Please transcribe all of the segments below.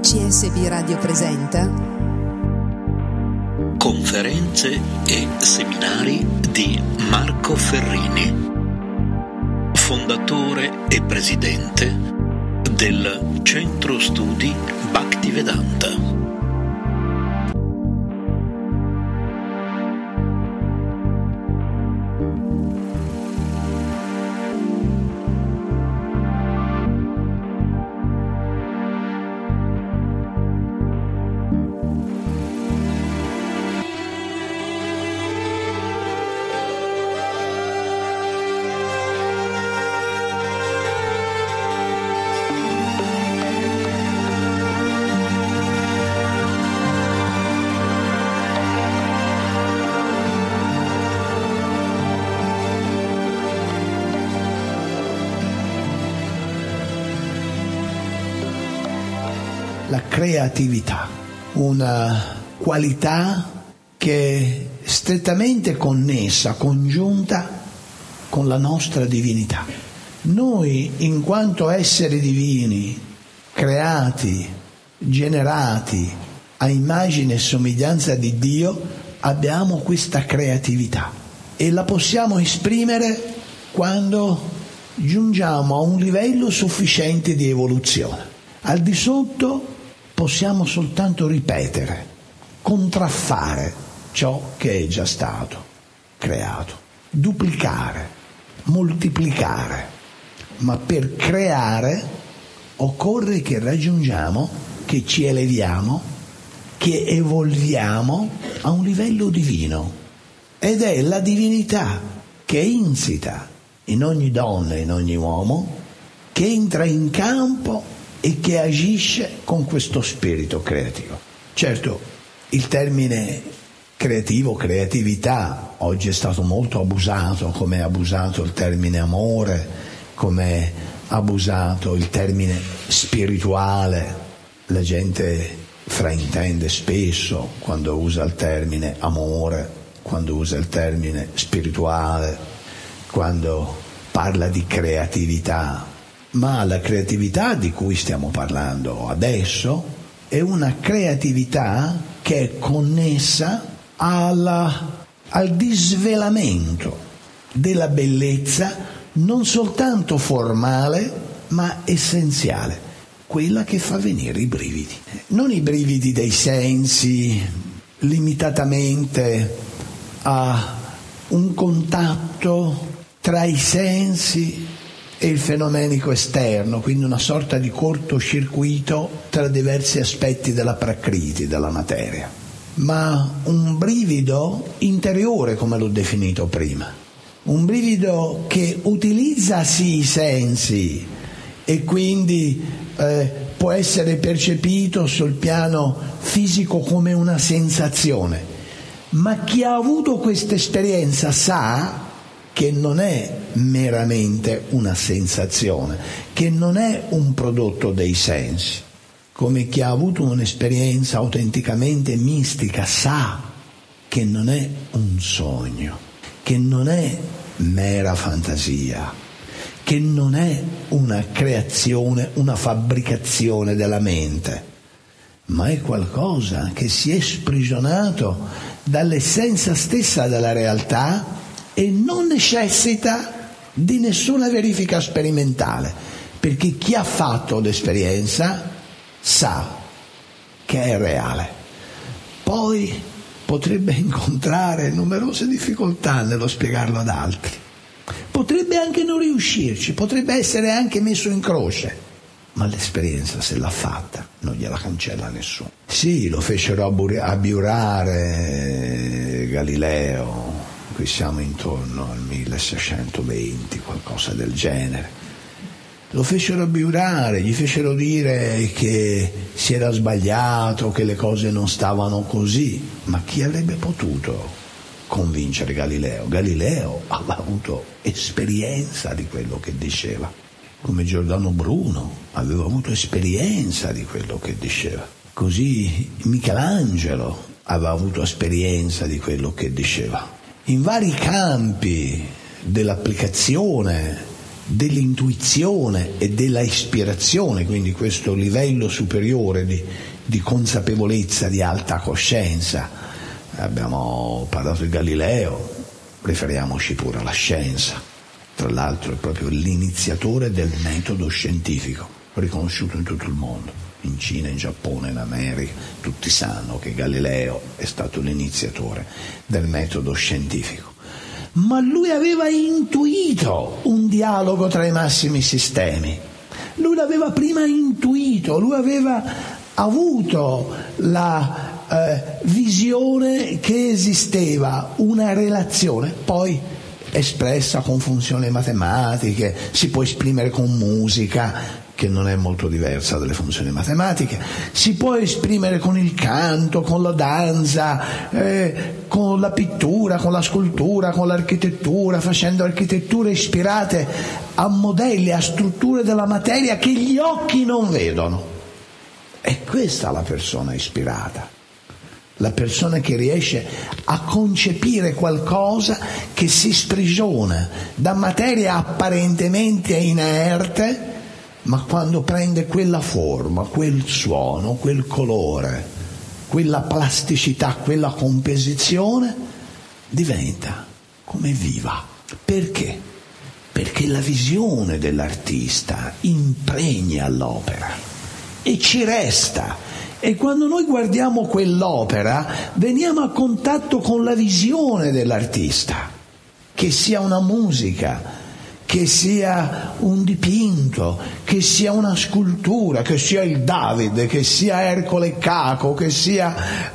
CSB Radio presenta conferenze e seminari di Marco Ferrini, fondatore e presidente del Centro Studi Bhaktivedanta. La creatività, una qualità che è strettamente connessa, congiunta con la nostra divinità. Noi, in quanto esseri divini, creati, generati a immagine e somiglianza di Dio, abbiamo questa creatività e la possiamo esprimere quando giungiamo a un livello sufficiente di evoluzione. Al di sotto possiamo soltanto ripetere, contraffare ciò che è già stato creato, duplicare, moltiplicare, ma per creare occorre che raggiungiamo, che ci eleviamo, che evolviamo a un livello divino, ed è la divinità che è insita in ogni donna e in ogni uomo, che entra in campo e che agisce con questo spirito creativo. Certo, il termine creativo, creatività, oggi è stato molto abusato, come è abusato il termine amore, come è abusato il termine spirituale. La gente fraintende spesso quando usa il termine amore, quando usa il termine spirituale, quando parla di creatività. Ma la creatività di cui stiamo parlando adesso è una creatività che è connessa al disvelamento della bellezza non soltanto formale ma essenziale, quella che fa venire i brividi. Non i brividi dei sensi, limitatamente a un contatto tra i sensi e il fenomenico esterno, quindi una sorta di cortocircuito tra diversi aspetti della prakriti, della materia, ma un brivido interiore, come l'ho definito prima, un brivido che utilizza sì i sensi e quindi può essere percepito sul piano fisico come una sensazione, ma chi ha avuto questa esperienza sa che non è meramente una sensazione, che non è un prodotto dei sensi, come chi ha avuto un'esperienza autenticamente mistica sa che non è un sogno, che non è mera fantasia, che non è una creazione, una fabbricazione della mente, ma è qualcosa che si è sprigionato dall'essenza stessa della realtà e non necessita di nessuna verifica sperimentale, perché chi ha fatto l'esperienza sa che è reale. Poi potrebbe incontrare numerose difficoltà nello spiegarlo ad altri, potrebbe anche non riuscirci, potrebbe essere anche messo in croce, ma l'esperienza, se l'ha fatta, non gliela cancella nessuno. Sì, lo fecero abiurare Galileo, qui siamo intorno al 1620, qualcosa del genere. Lo fecero abiurare, gli fecero dire che si era sbagliato, che le cose non stavano così, ma chi avrebbe potuto convincere Galileo? Galileo aveva avuto esperienza di quello che diceva, come Giordano Bruno aveva avuto esperienza di quello che diceva, così Michelangelo aveva avuto esperienza di quello che diceva. In vari campi dell'applicazione dell'intuizione e della ispirazione, quindi questo livello superiore di consapevolezza, di alta coscienza. Abbiamo parlato di Galileo, riferiamoci pure alla scienza. Tra l'altro è proprio l'iniziatore del metodo scientifico, riconosciuto in tutto il mondo, in Cina, in Giappone, in America. Tutti sanno che Galileo è stato l'iniziatore del metodo scientifico. Ma lui aveva intuito un dialogo tra i massimi sistemi. Lui l'aveva prima intuito, lui aveva avuto la visione che esisteva una relazione, poi espressa con funzioni matematiche, si può esprimere con musica, che non è molto diversa dalle funzioni matematiche, si può esprimere con il canto, con la danza, con la pittura, con la scultura, con l'architettura, facendo architetture ispirate a modelli, a strutture della materia che gli occhi non vedono. È questa la persona ispirata, la persona che riesce a concepire qualcosa che si sprigiona da materia apparentemente inerte, ma quando prende quella forma, quel suono, quel colore, quella plasticità, quella composizione, diventa come viva. Perché? Perché la visione dell'artista impregna l'opera e ci resta. E quando noi guardiamo quell'opera veniamo a contatto con la visione dell'artista, che sia una musica, che sia un dipinto, che sia una scultura, che sia il David, che sia Ercole Caco, che sia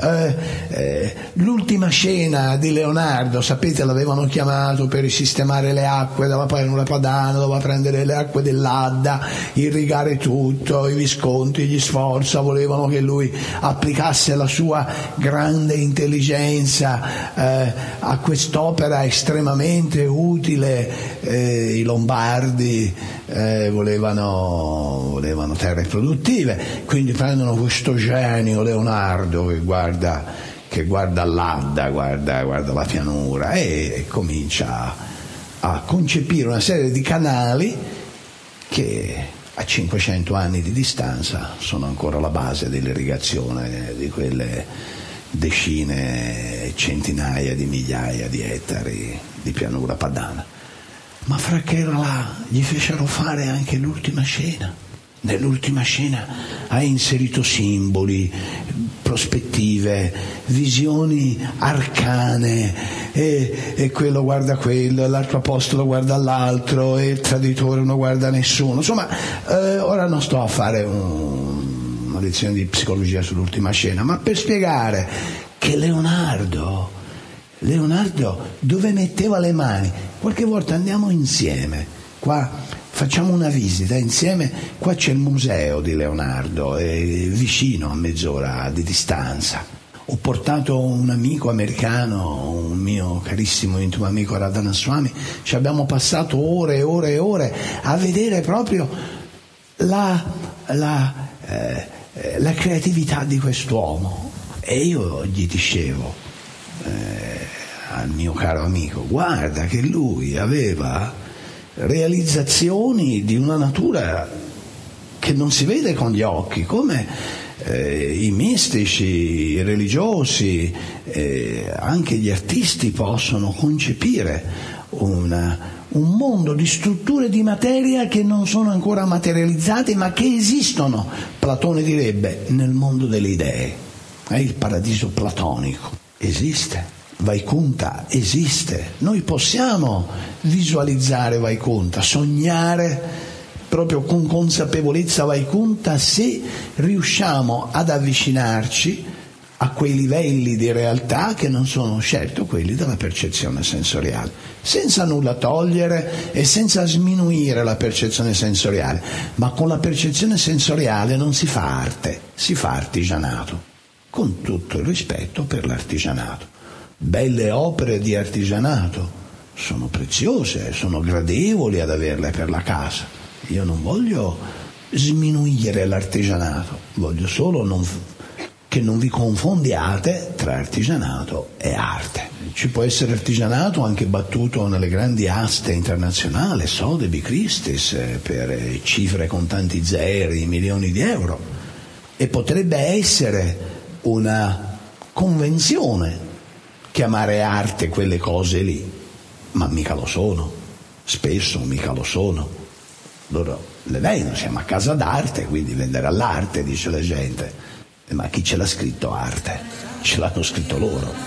l'ultima scena di Leonardo. Sapete, l'avevano chiamato per sistemare le acque della pianura padana, doveva prendere le acque dell'Adda, irrigare tutto, i Visconti, gli Sforza volevano che lui applicasse la sua grande intelligenza a quest'opera estremamente utile. I Lombardi volevano terre produttive, quindi prendono questo genio Leonardo che guarda l'Adda, guarda la pianura e comincia a concepire una serie di canali che a 500 anni di distanza sono ancora la base dell'irrigazione di quelle decine, centinaia di migliaia di ettari di pianura padana. Ma fra che era là gli fecero fare anche l'ultima scena. Nell'ultima scena ha inserito simboli, prospettive, visioni arcane, e quello guarda quello, l'altro apostolo guarda l'altro, e il traditore non guarda nessuno. Insomma, ora non sto a fare una lezione di psicologia sull'ultima scena, ma per spiegare che Leonardo dove metteva le mani. Qualche volta andiamo insieme, qua facciamo una visita insieme, qua c'è il museo di Leonardo, è vicino a mezz'ora di distanza. Ho portato un amico americano, un mio carissimo intimo amico Radhanaswami, ci abbiamo passato ore e ore e ore a vedere proprio la creatività di quest'uomo. E io gli dicevo al mio caro amico, guarda che lui aveva realizzazioni di una natura che non si vede con gli occhi, come i mistici, i religiosi, anche gli artisti possono concepire un mondo di strutture di materia che non sono ancora materializzate ma che esistono. Platone direbbe nel mondo delle idee, il paradiso platonico esiste. Vaikunta esiste, noi possiamo visualizzare Vaikunta, sognare proprio con consapevolezza Vaikunta se riusciamo ad avvicinarci a quei livelli di realtà che non sono certo quelli della percezione sensoriale, senza nulla togliere e senza sminuire la percezione sensoriale, ma con la percezione sensoriale non si fa arte, si fa artigianato, con tutto il rispetto per l'artigianato. Belle opere di artigianato sono preziose, sono gradevoli ad averle per la casa. Io non voglio sminuire l'artigianato, voglio solo che non vi confondiate tra artigianato e arte. Ci può essere artigianato anche battuto nelle grandi aste internazionali, Sotheby's, Christie's, per cifre con tanti zeri, milioni di euro, e potrebbe essere una convenzione chiamare arte quelle cose lì, ma mica lo sono, spesso mica lo sono. Loro le vendono, siamo a casa d'arte, quindi vendere all'arte, dice la gente. Ma chi ce l'ha scritto arte? Ce l'hanno scritto loro.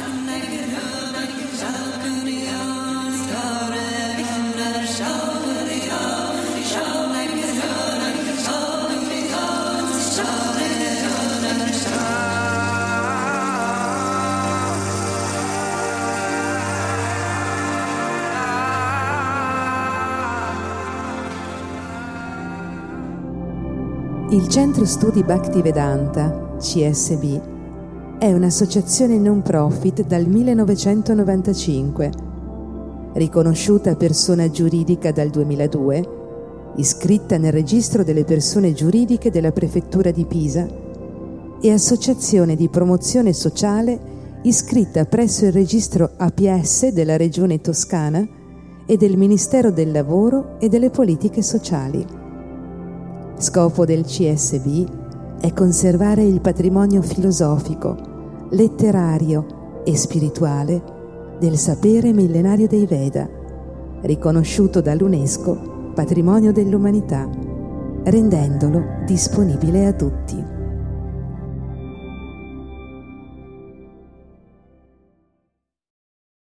Il Centro Studi Bhaktivedanta, CSB, è un'associazione non profit dal 1995, riconosciuta persona giuridica dal 2002, iscritta nel registro delle persone giuridiche della Prefettura di Pisa e associazione di promozione sociale iscritta presso il registro APS della Regione Toscana e del Ministero del Lavoro e delle Politiche Sociali. Scopo del CSB è conservare il patrimonio filosofico, letterario e spirituale del sapere millenario dei Veda, riconosciuto dall'UNESCO Patrimonio dell'Umanità, rendendolo disponibile a tutti.